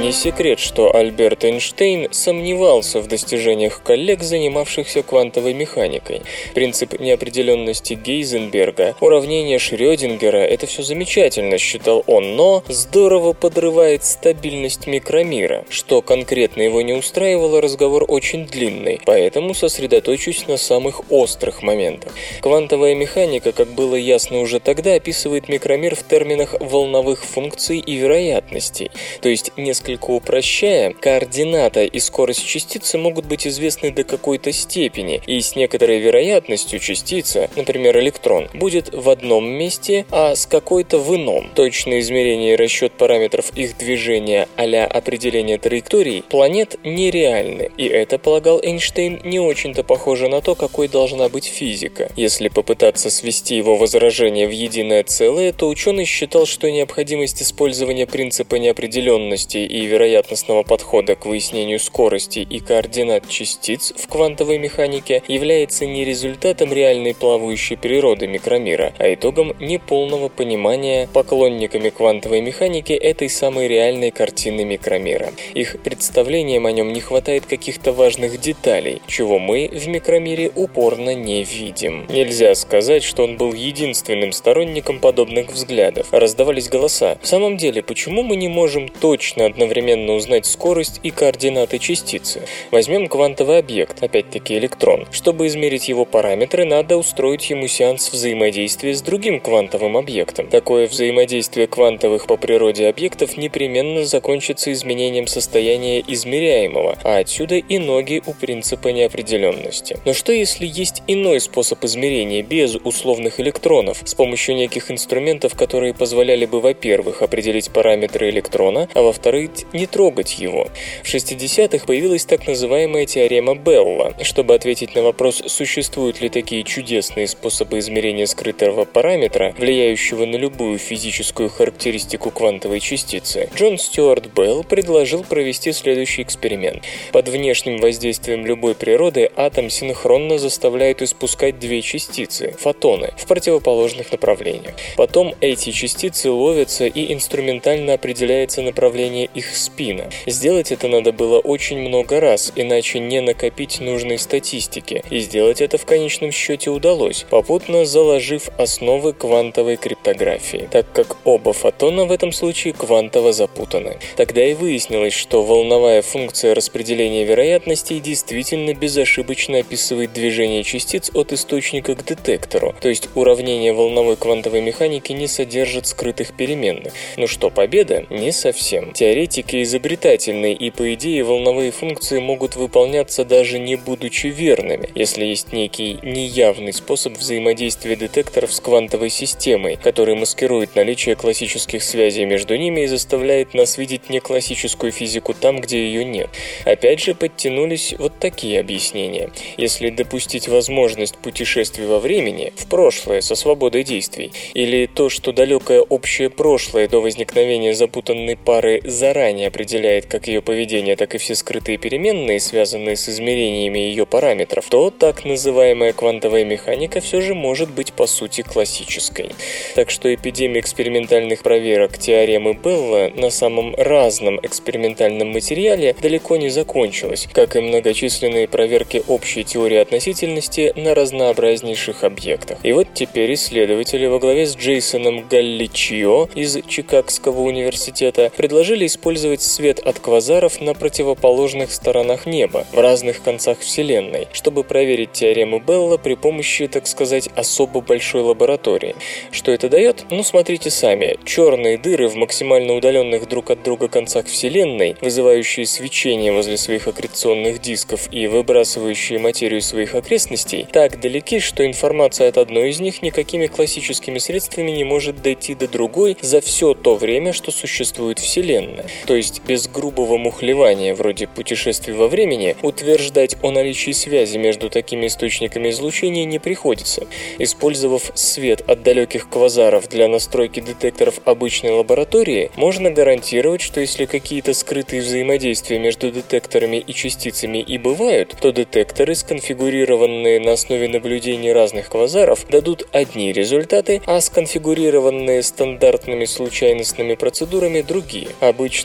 Не секрет, что Альберт Эйнштейн сомневался в достижениях коллег, занимавшихся квантовой механикой. Принцип неопределенности Гейзенберга, уравнение Шрёдингера – это все замечательно, считал он, но здорово подрывает стабильность микромира. Что конкретно его не устраивало, разговор очень длинный, поэтому сосредоточусь на самых острых моментах. Квантовая механика, как было ясно уже тогда, описывает микромир в терминах волновых функций и вероятностей. То есть, несколько упрощая, координата и скорость частицы могут быть известны до какой-то степени, и с некоторой вероятностью частица, например, электрон, будет в одном месте, а с какой-то в ином. Точное измерение и расчет параметров их движения а-ля определение траекторий планет нереальны, и это, полагал Эйнштейн, не очень-то похоже на то, какой должна быть физика. Если попытаться свести его возражение в единое целое, то ученый считал, что необходимость использования принципа неопределенности и вероятностного подхода к выяснению скорости и координат частиц в квантовой механике является не результатом реальной плавающей природы микромира, а итогом неполного понимания поклонниками квантовой механики этой самой реальной картины микромира. Их представлениям о нем не хватает каких-то важных деталей, чего мы в микромире упорно не видим. Нельзя сказать, что он был единственным сторонником подобных взглядов. Раздавались голоса. В самом деле, почему мы не можем точно одновременно узнать скорость и координаты частицы? Возьмем квантовый объект, опять-таки электрон. Чтобы измерить его параметры, надо устроить ему сеанс взаимодействия с другим квантовым объектом. Такое взаимодействие квантовых по природе объектов непременно закончится изменением состояния измеряемого, а отсюда и ноги у принципа неопределенности. Но что если есть иной способ измерения без условных электронов, с помощью неких инструментов, которые позволяли бы, во-первых, определить параметры электрона, а во-вторых, не трогать его? В шестидесятых появилась так называемая теорема Белла. Чтобы ответить на вопрос, существуют ли такие чудесные способы измерения скрытого параметра, влияющего на любую физическую характеристику квантовой частицы, Джон Стюарт Белл предложил провести следующий эксперимент. Под внешним воздействием любой природы атом синхронно заставляет испускать две частицы – фотоны в противоположных направлениях. Потом эти частицы ловятся и инструментально определяется направление их спина. Сделать это надо было очень много раз, иначе не накопить нужной статистики, и сделать это в конечном счете удалось, попутно заложив основы квантовой криптографии, так как оба фотона в этом случае квантово запутаны. Тогда и выяснилось, что волновая функция распределения вероятностей действительно безошибочно описывает движение частиц от источника к детектору, то есть уравнение волновой квантовой механики не содержит скрытых переменных. Ну что, победа? Не совсем. Теоретики изобретательны, и по идее волновые функции могут выполняться даже не будучи верными, если есть некий неявный способ взаимодействия детекторов с квантовой системой, который маскирует наличие классических связей между ними и заставляет нас видеть неклассическую физику там, где ее нет. Опять же подтянулись вот такие объяснения. Если допустить возможность путешествий во времени, в прошлое со свободой действий, или то, что далекое общее прошлое до возникновения запутанной пары заранее определяет как ее поведение, так и все скрытые переменные, связанные с измерениями ее параметров, то так называемая квантовая механика все же может быть по сути классической. Так что эпидемия экспериментальных проверок теоремы Белла на самом разном экспериментальном материале далеко не закончилась, как и многочисленные проверки общей теории относительности на разнообразнейших объектах. И вот теперь исследователи во главе с Джейсоном Галличио из Чикагского университета предложили использовать свет от квазаров на противоположных сторонах неба, в разных концах Вселенной, чтобы проверить теорему Белла при помощи, так сказать, особо большой лаборатории. Что это дает? Ну, смотрите сами. Черные дыры в максимально удаленных друг от друга концах Вселенной, вызывающие свечение возле своих аккреционных дисков и выбрасывающие материю своих окрестностей, так далеки, что информация от одной из них никакими классическими средствами не может дойти до другой за все то время, что существует Вселенная. То есть без грубого мухлевания, вроде путешествий во времени, утверждать о наличии связи между такими источниками излучения не приходится. Использовав свет от далеких квазаров для настройки детекторов обычной лаборатории, можно гарантировать, что если какие-то скрытые взаимодействия между детекторами и частицами и бывают, то детекторы, сконфигурированные на основе наблюдений разных квазаров, дадут одни результаты, а сконфигурированные стандартными случайностными процедурами другие. Обычные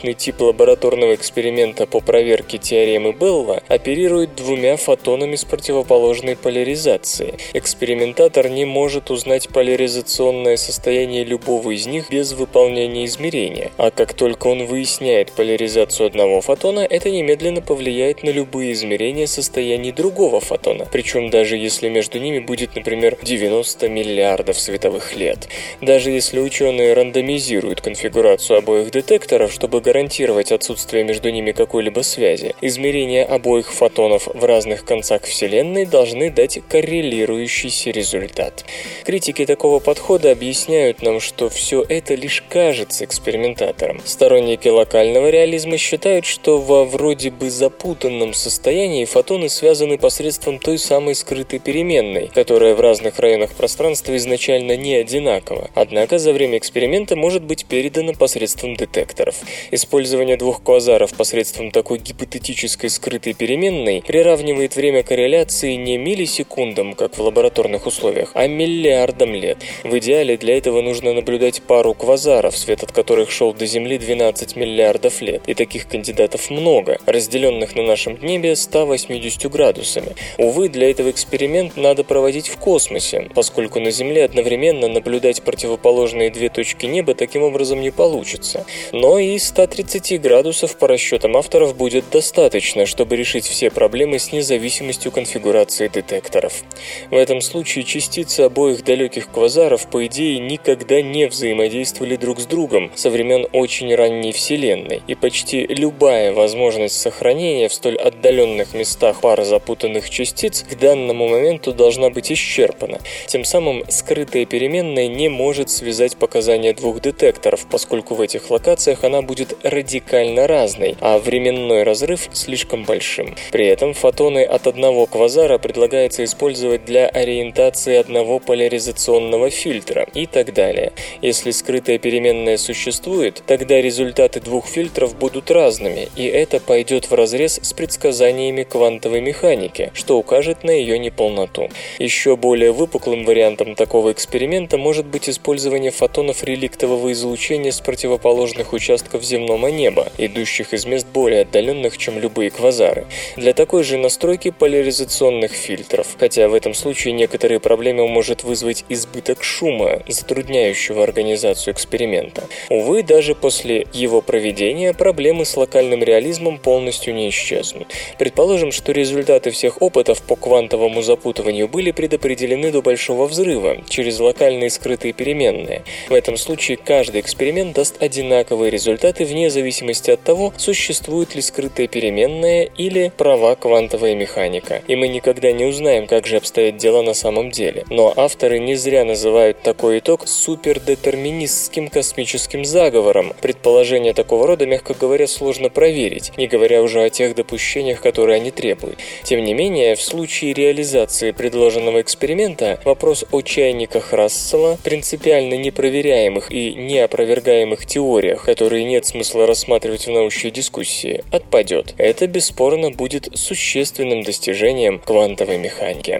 типичный тип лабораторного эксперимента по проверке теоремы Белла оперирует двумя фотонами с противоположной поляризацией. Экспериментатор не может узнать поляризационное состояние любого из них без выполнения измерения, а как только он выясняет поляризацию одного фотона, это немедленно повлияет на любые измерения состояний другого фотона, причем даже если между ними будет, например, девяносто миллиардов световых лет. Даже если ученые рандомизируют конфигурацию обоих детекторов, чтобы гарантировать отсутствие между ними какой-либо связи, измерения обоих фотонов в разных концах Вселенной должны дать коррелирующийся результат. Критики такого подхода объясняют нам, что все это лишь кажется экспериментатором. Сторонники локального реализма считают, что во вроде бы запутанном состоянии фотоны связаны посредством той самой скрытой переменной, которая в разных районах пространства изначально не одинакова, однако за время эксперимента может быть передана посредством детекторов. Использование двух квазаров посредством такой гипотетической скрытой переменной приравнивает время корреляции не миллисекундам, как в лабораторных условиях, а миллиардам лет. В идеале для этого нужно наблюдать пару квазаров, свет от которых шел до Земли двенадцать миллиардов лет, и таких кандидатов много, разделенных на нашем небе ста восьмидесятью градусами. Увы, для этого эксперимент надо проводить в космосе, поскольку на Земле одновременно наблюдать противоположные две точки неба таким образом не получится. Но и ста тридцати градусов по расчетам авторов будет достаточно, чтобы решить все проблемы с независимостью конфигурации детекторов. В этом случае частицы обоих далеких квазаров, по идее, никогда не взаимодействовали друг с другом со времен очень ранней Вселенной, и почти любая возможность сохранения в столь отдаленных местах пар запутанных частиц к данному моменту должна быть исчерпана. Тем самым скрытая переменная не может связать показания двух детекторов, поскольку в этих локациях она будет радикально разной, а временной разрыв слишком большим. При этом фотоны от одного квазара предлагается использовать для ориентации одного поляризационного фильтра и так далее. Если скрытая переменная существует, тогда результаты двух фильтров будут разными, и это пойдет вразрез с предсказаниями квантовой механики, что укажет на ее неполноту. Еще более выпуклым вариантом такого эксперимента может быть использование фотонов реликтового излучения с противоположных участков земного неба, идущих из мест более отдаленных, чем любые квазары, для такой же настройки поляризационных фильтров, хотя в этом случае некоторые проблемы может вызвать избыток шума, затрудняющего организацию эксперимента. Увы, даже после его проведения проблемы с локальным реализмом полностью не исчезнут. Предположим, что результаты всех опытов по квантовому запутыванию были предопределены до Большого взрыва через локальные скрытые переменные. В этом случае каждый эксперимент даст одинаковые результаты вне зависимости от того, существует ли скрытая переменная или права квантовая механика. И мы никогда не узнаем, как же обстоят дела на самом деле. Но авторы не зря называют такой итог супердетерминистским космическим заговором. Предположения такого рода, мягко говоря, сложно проверить, не говоря уже о тех допущениях, которые они требуют. Тем не менее, в случае реализации предложенного эксперимента вопрос о чайниках Рассела, принципиально непроверяемых и неопровергаемых теориях, которые нет смысла рассматривать в научной дискуссии, отпадет. Это бесспорно будет существенным достижением квантовой механики.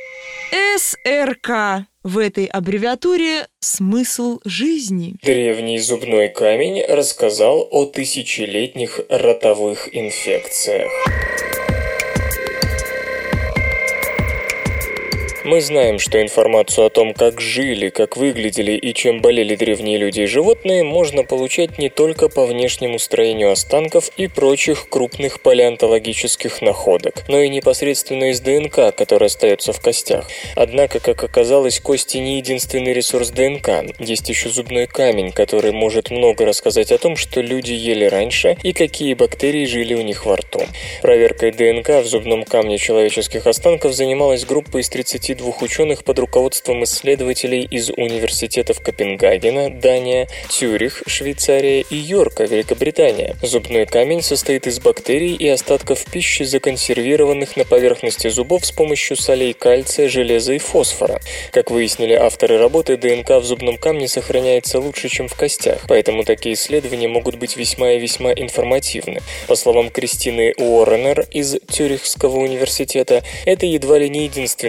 эс эр ка. В этой аббревиатуре смысл жизни. Древний зубной камень рассказал о тысячелетних ротовых инфекциях. Мы знаем, что информацию о том, как жили, как выглядели и чем болели древние люди и животные, можно получать не только по внешнему строению останков и прочих крупных палеонтологических находок, но и непосредственно из ДНК, которая остается в костях. Однако, как оказалось, кости не единственный ресурс ДНК. Есть еще зубной камень, который может много рассказать о том, что люди ели раньше и какие бактерии жили у них во рту. Проверкой ДНК в зубном камне человеческих останков занималась группа из тридцати двух ученых под руководством исследователей из университетов Копенгагена, Дания, Цюрих, Швейцария и Йорка, Великобритания. Зубной камень состоит из бактерий и остатков пищи, законсервированных на поверхности зубов с помощью солей кальция, железа и фосфора. Как выяснили авторы работы, ДНК в зубном камне сохраняется лучше, чем в костях, поэтому такие исследования могут быть весьма и весьма информативны. По словам Кристины Уорренер из Цюрихского университета, это едва ли не единственный случай,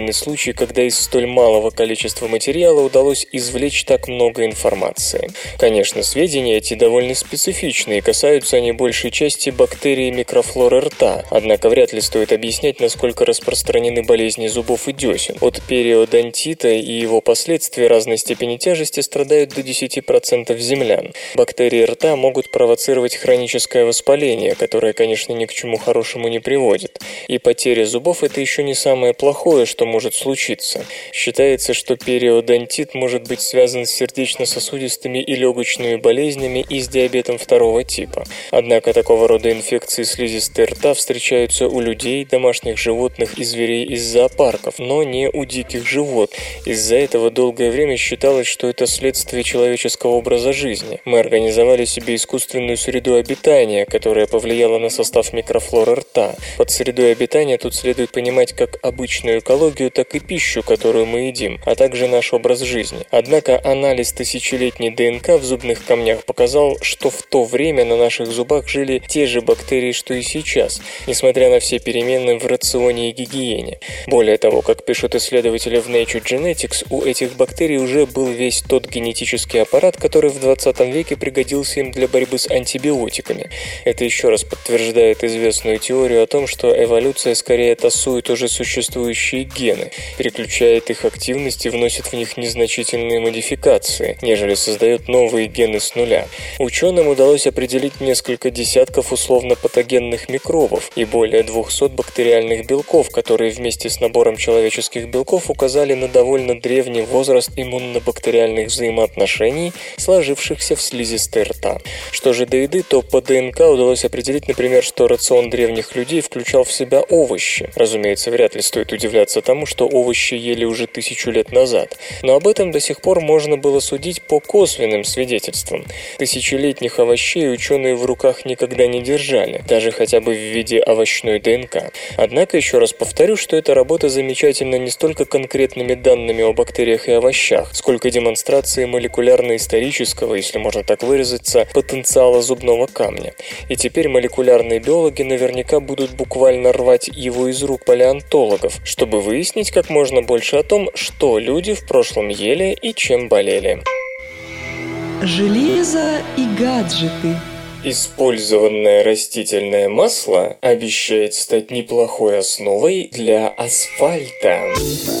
случай, когда из столь малого количества материала удалось извлечь так много информации. Конечно, сведения эти довольно специфичны, и касаются они большей части бактерий микрофлоры рта, однако вряд ли стоит объяснять, насколько распространены болезни зубов и десен. От периодонтита и его последствий разной степени тяжести страдают до десяти процентов землян. Бактерии рта могут провоцировать хроническое воспаление, которое, конечно, ни к чему хорошему не приводит. И потеря зубов – это еще не самое плохое, что может случиться. Считается, что периодонтит может быть связан с сердечно-сосудистыми и легочными болезнями и с диабетом второго типа. Однако такого рода инфекции слизистой рта встречаются у людей, домашних животных и зверей из зоопарков, но не у диких животных. Из-за этого долгое время считалось, что это следствие человеческого образа жизни. Мы организовали себе искусственную среду обитания, которая повлияла на состав микрофлоры рта. Под средой обитания тут следует понимать как обычную экологию, так и пищу, которую мы едим, а также наш образ жизни. Однако анализ тысячелетней ДНК в зубных камнях показал, что в то время на наших зубах жили те же бактерии, что и сейчас, несмотря на все перемены в рационе и гигиене. Более того, как пишут исследователи в Nature Genetics, у этих бактерий уже был весь тот генетический аппарат, который в двадцатом веке пригодился им для борьбы с антибиотиками. Это еще раз подтверждает известную теорию о том, что эволюция скорее тасует уже существующие гены, переключает их активность и вносит в них незначительные модификации, нежели создает новые гены с нуля. Ученым удалось определить несколько десятков условно-патогенных микробов и более двухсот бактериальных белков, которые вместе с набором человеческих белков указали на довольно древний возраст иммунобактериальных взаимоотношений, сложившихся в слизистой рта. Что же до еды, то по ДНК удалось определить, например, что рацион древних людей включал в себя овощи. Разумеется, вряд ли стоит удивляться тому, что овощи ели уже тысячу лет назад. Но об этом до сих пор можно было судить по косвенным свидетельствам. Тысячелетних овощей ученые в руках никогда не держали, даже хотя бы в виде овощной ДНК. Однако, еще раз повторю, что эта работа замечательна не столько конкретными данными о бактериях и овощах, сколько демонстрацией молекулярно-исторического, если можно так выразиться, потенциала зубного камня. И теперь молекулярные биологи наверняка будут буквально рвать его из рук палеонтологов, чтобы выяснить как можно больше о том, что люди в прошлом ели и чем болели. Железо и гаджеты. Использованное растительное масло обещает стать неплохой основой для асфальта.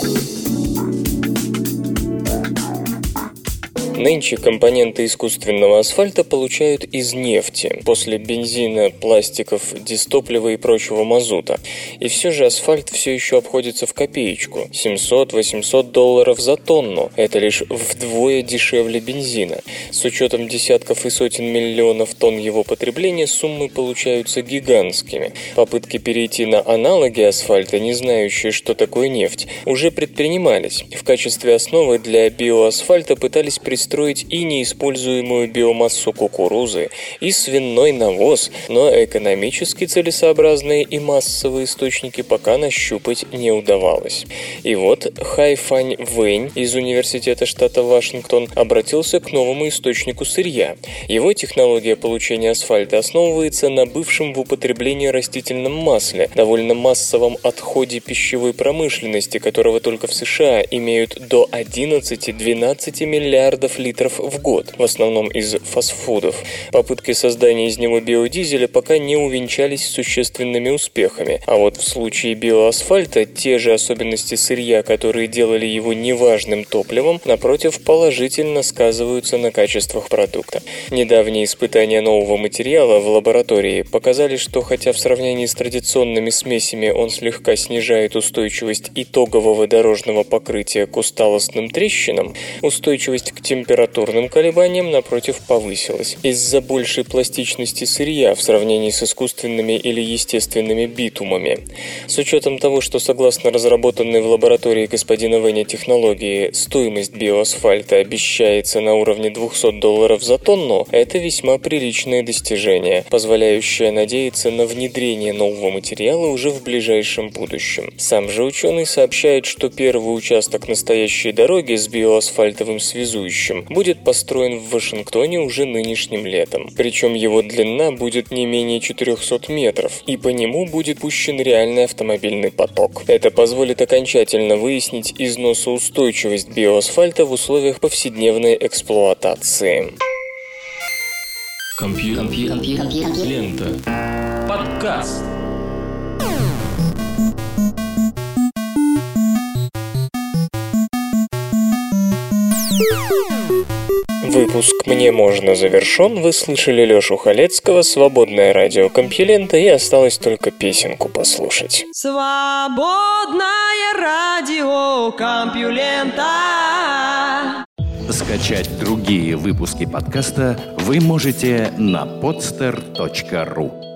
Нынче компоненты искусственного асфальта получают из нефти, после бензина, пластиков, дистоплива и прочего мазута. И все же асфальт все еще обходится в копеечку – семьсот-восемьсот долларов за тонну. Это лишь вдвое дешевле бензина. С учетом десятков и сотен миллионов тонн его потребления суммы получаются гигантскими. Попытки перейти на аналоги асфальта, не знающие, что такое нефть, уже предпринимались. В качестве основы для биоасфальта пытались пристроить строить и неиспользуемую биомассу кукурузы, и свиной навоз, но экономически целесообразные и массовые источники пока нащупать не удавалось. И вот Хайфань Вэнь из Университета штата Вашингтон обратился к новому источнику сырья. Его технология получения асфальта основывается на бывшем в употреблении растительном масле, довольно массовом отходе пищевой промышленности, которого только в США имеют до одиннадцати-двенадцати миллиардов литров в год, в основном из фастфудов. Попытки создания из него биодизеля пока не увенчались существенными успехами, а вот в случае биоасфальта те же особенности сырья, которые делали его неважным топливом, напротив, положительно сказываются на качествах продукта. Недавние испытания нового материала в лаборатории показали, что хотя в сравнении с традиционными смесями он слегка снижает устойчивость итогового дорожного покрытия к усталостным трещинам, устойчивость к температуре температурным колебаниям, напротив, повысилась. Из-за большей пластичности сырья в сравнении с искусственными или естественными битумами. С учетом того, что согласно разработанной в лаборатории господина Вэня технологии стоимость биоасфальта обещается на уровне двухсот долларов за тонну, это весьма приличное достижение, позволяющее надеяться на внедрение нового материала уже в ближайшем будущем. Сам же ученый сообщает, что первый участок настоящей дороги с биоасфальтовым связующим будущем, будет построен в Вашингтоне уже нынешним летом. Причем его длина будет не менее четырехсот метров, и по нему будет пущен реальный автомобильный поток. Это позволит окончательно выяснить износоустойчивость биоасфальта в условиях повседневной эксплуатации. Компьютер. Лента. Подкаст. Выпуск «Мне можно» завершен. Вы слышали Лёшу Халецкого, свободное радио Компьюлента, и осталось только песенку послушать. Свободное радио Компьюлента. Скачать другие выпуски подкаста вы можете на podster точка ру.